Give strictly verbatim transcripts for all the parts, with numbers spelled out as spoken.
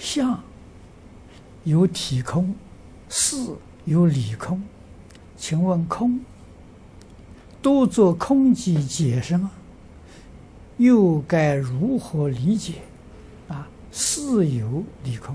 相有体空，事有理空，请问空都做空寂解释吗？又该如何理解？啊，事有理空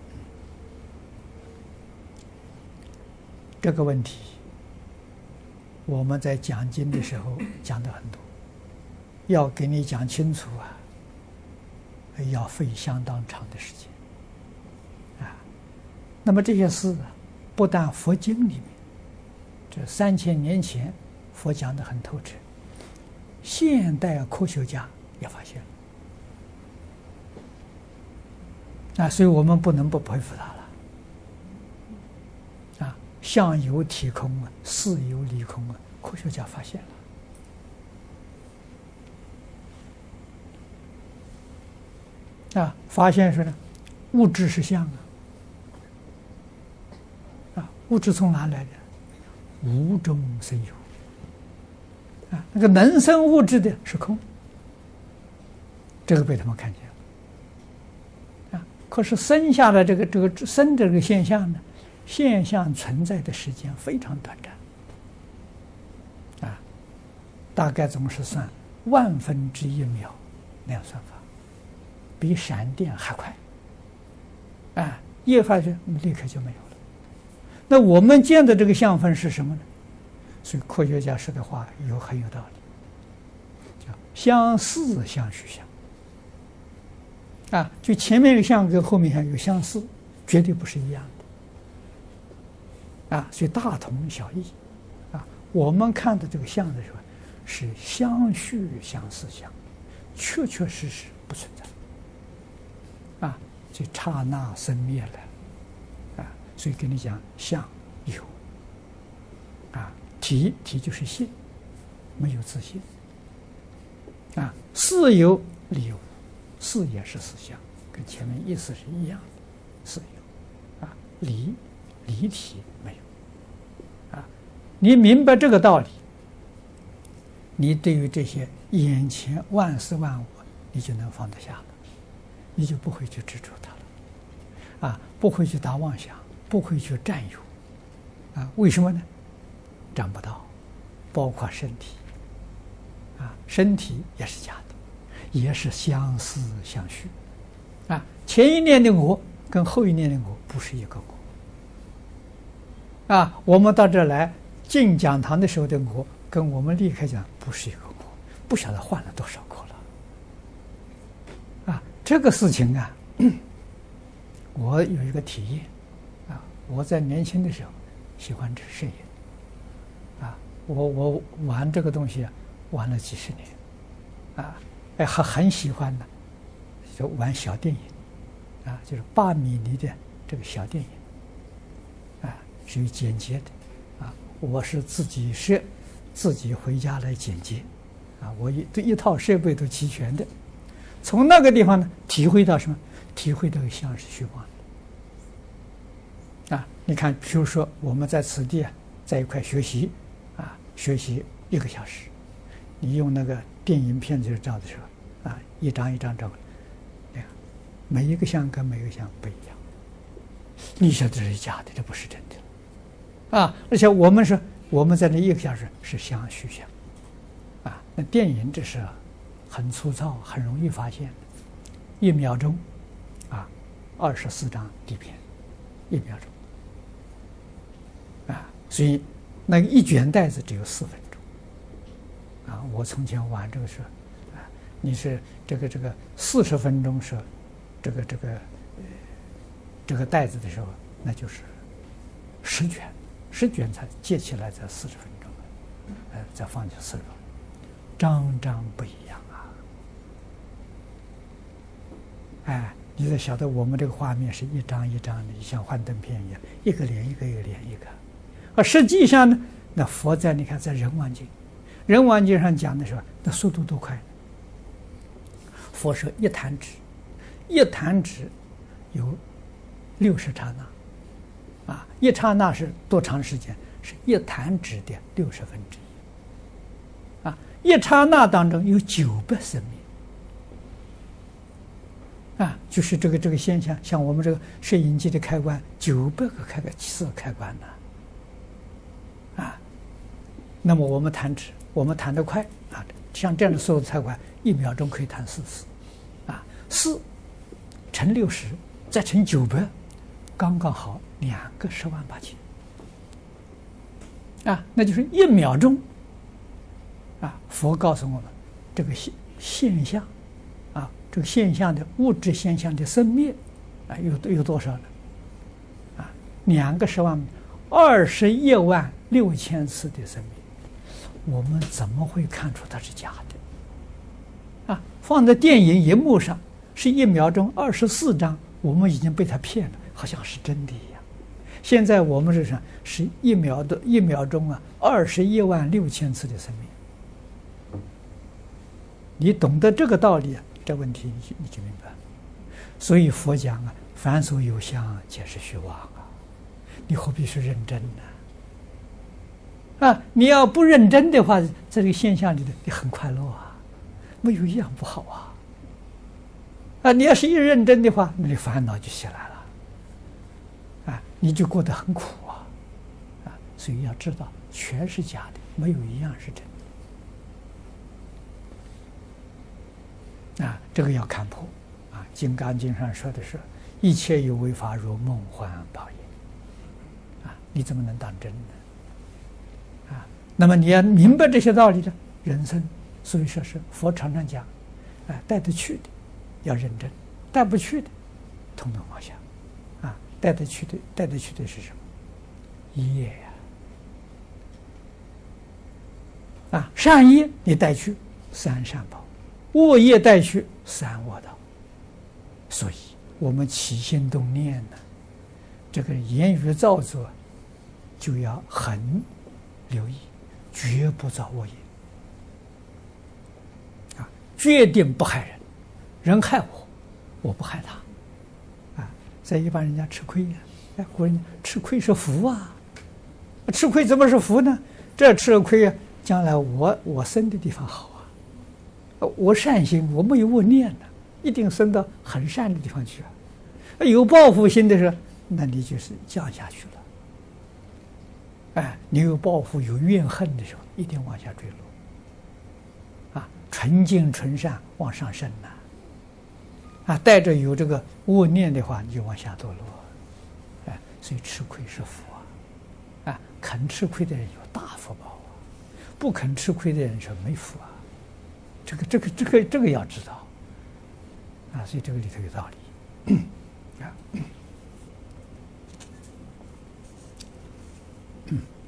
这个问题，我们在讲经的时候讲的很多，要给你讲清楚啊，要费相当长的时间啊。那么这些事啊，不但佛经里面，这三千年前佛讲的很透彻，现代科学家也发现了啊，所以我们不能不佩服他了啊。相有体空啊，事有理空啊，科学家发现了啊，发现说呢，物质是相啊，啊，物质从哪来的？无中生有。啊，那个能生物质的是空，这个被他们看见了啊。可是生下的这个这个生这个现象呢，现象存在的时间非常短暂啊，大概总是算万分之一秒那样算法，比闪电还快啊，一发觉立刻就没有了。那我们见的这个相分是什么呢？所以科学家说的话有很有道理，叫相似相虚相啊，就前面一个相跟后面相有相似，绝对不是一样的啊，所以大同小异啊。我们看的这个相的时候是相虚相似相，确确实实不存在啊，就刹那生灭了啊。所以跟你讲相有啊。体体就是性，没有自性啊。事有理无，事也是思想，跟前面意思是一样的。事有啊，理理体没有啊。你明白这个道理，你对于这些眼前万事万物，你就能放得下了，你就不会去执着它了啊，不会去打妄想，不会去占有啊。为什么呢？占不到，包括身体啊，身体也是假的，也是相似相虚啊。前一念的我跟后一念的我不是一个我啊。我们到这来进讲堂的时候的我，跟我们离开讲不是一个我，不晓得换了多少个了啊。这个事情啊，我有一个体验啊。我在年轻的时候喜欢吃摄影。我我玩这个东西啊，玩了几十年，啊，哎，还很喜欢呢，就玩小电影，啊，就是八米厘的这个小电影，啊，属于剪接的，啊，我是自己设，自己回家来剪接，啊，我一对一套设备都齐全的，从那个地方呢，体会到什么？体会到相是虚妄的，啊，你看，比如说我们在此地啊，在一块学习。啊，学习一个小时，你用那个电影片子照的时候，啊，一张一张照，那样每一个像跟每一个像不一样，你晓得这是假的，这不是真的，啊！而且我们说我们在那一个小时是相虚相，啊，那电影这是很粗糙，很容易发现的，一秒钟，啊，二十四张底片，一秒钟，啊，所以。那个一卷带子只有四分钟，啊！我从前玩这个时候，啊，你是这个这个四十分钟是这个这个呃这个带子的时候，那就是十卷，十卷才接起来才四十分钟，呃，再放进四十分钟，张张不一样啊！哎，你得晓得我们这个画面是一张一张的，像幻灯片一样，一个连一个，一个连一个。而实际上呢，那佛在你看在人王经，人王经上讲的时候，那速度多快呢？佛说一弹指，一弹指有六十刹那，啊，一刹那是多长时间？是一弹指的六十分之一，啊，一刹那当中有九百生命， 啊，就是这个这个现象，像我们这个摄影机的开关，九百个开关次开关呢，啊，那么我们弹指，我们弹得快啊，像这样的所有的开关，一秒钟可以弹四次，啊，四乘六十再乘九百，刚刚好两个十万八千，啊，那就是一秒钟，啊，佛告诉我们这个现现象。这个现象的物质现象的生灭，啊，有有多少呢？啊，两个十万，二十一万六千次的生灭，我们怎么会看出它是假的？啊，放在电影荧幕上是一秒钟二十四张，我们已经被它骗了，好像是真的一样。现在我们这上是一秒的一秒钟啊，二十一万六千次的生灭。你懂得这个道理啊？这问题你就你就明白了，所以佛讲啊，凡所有相，皆是虚妄啊！你何必去认真呢？啊，你要不认真的话，在这个现象里头，你很快乐啊，没有一样不好啊！啊，你要是一认真的话，那你烦恼就起来了，啊，你就过得很苦啊！啊，所以要知道，全是假的，没有一样是真的。啊，这个要看破啊！《金刚经》上说的是：“一切有为法，如梦幻泡影。”啊，你怎么能当真呢？啊，那么你要明白这些道理呢，人生，所以说是佛常常讲，啊，带得去的要认真，带不去的，统统放下。啊，带得去的，带得去的是什么？业呀！啊，善业你带去，三善报。恶业带去三恶道，所以我们起心动念呢，这个言语造作就要很留意，绝不造恶业啊，决定不害人，人害我，我不害他啊。在一般人家吃亏呀，哎，古人吃亏是福啊，吃亏怎么是福呢？这吃了亏啊，将来我我生的地方好。我善心，我没有恶念呢，一定升到很善的地方去啊。有报复心的时候，那你就是降下去了。哎，你有报复、有怨恨的时候，一定往下坠落。啊，纯净纯善往上升呐。啊，带着有这个恶念的话，你就往下堕落。哎，所以吃亏是福啊。啊，肯吃亏的人有大福报啊，不肯吃亏的人是没福啊。这个这个这个这个要知道啊，所以这个里头有道理啊。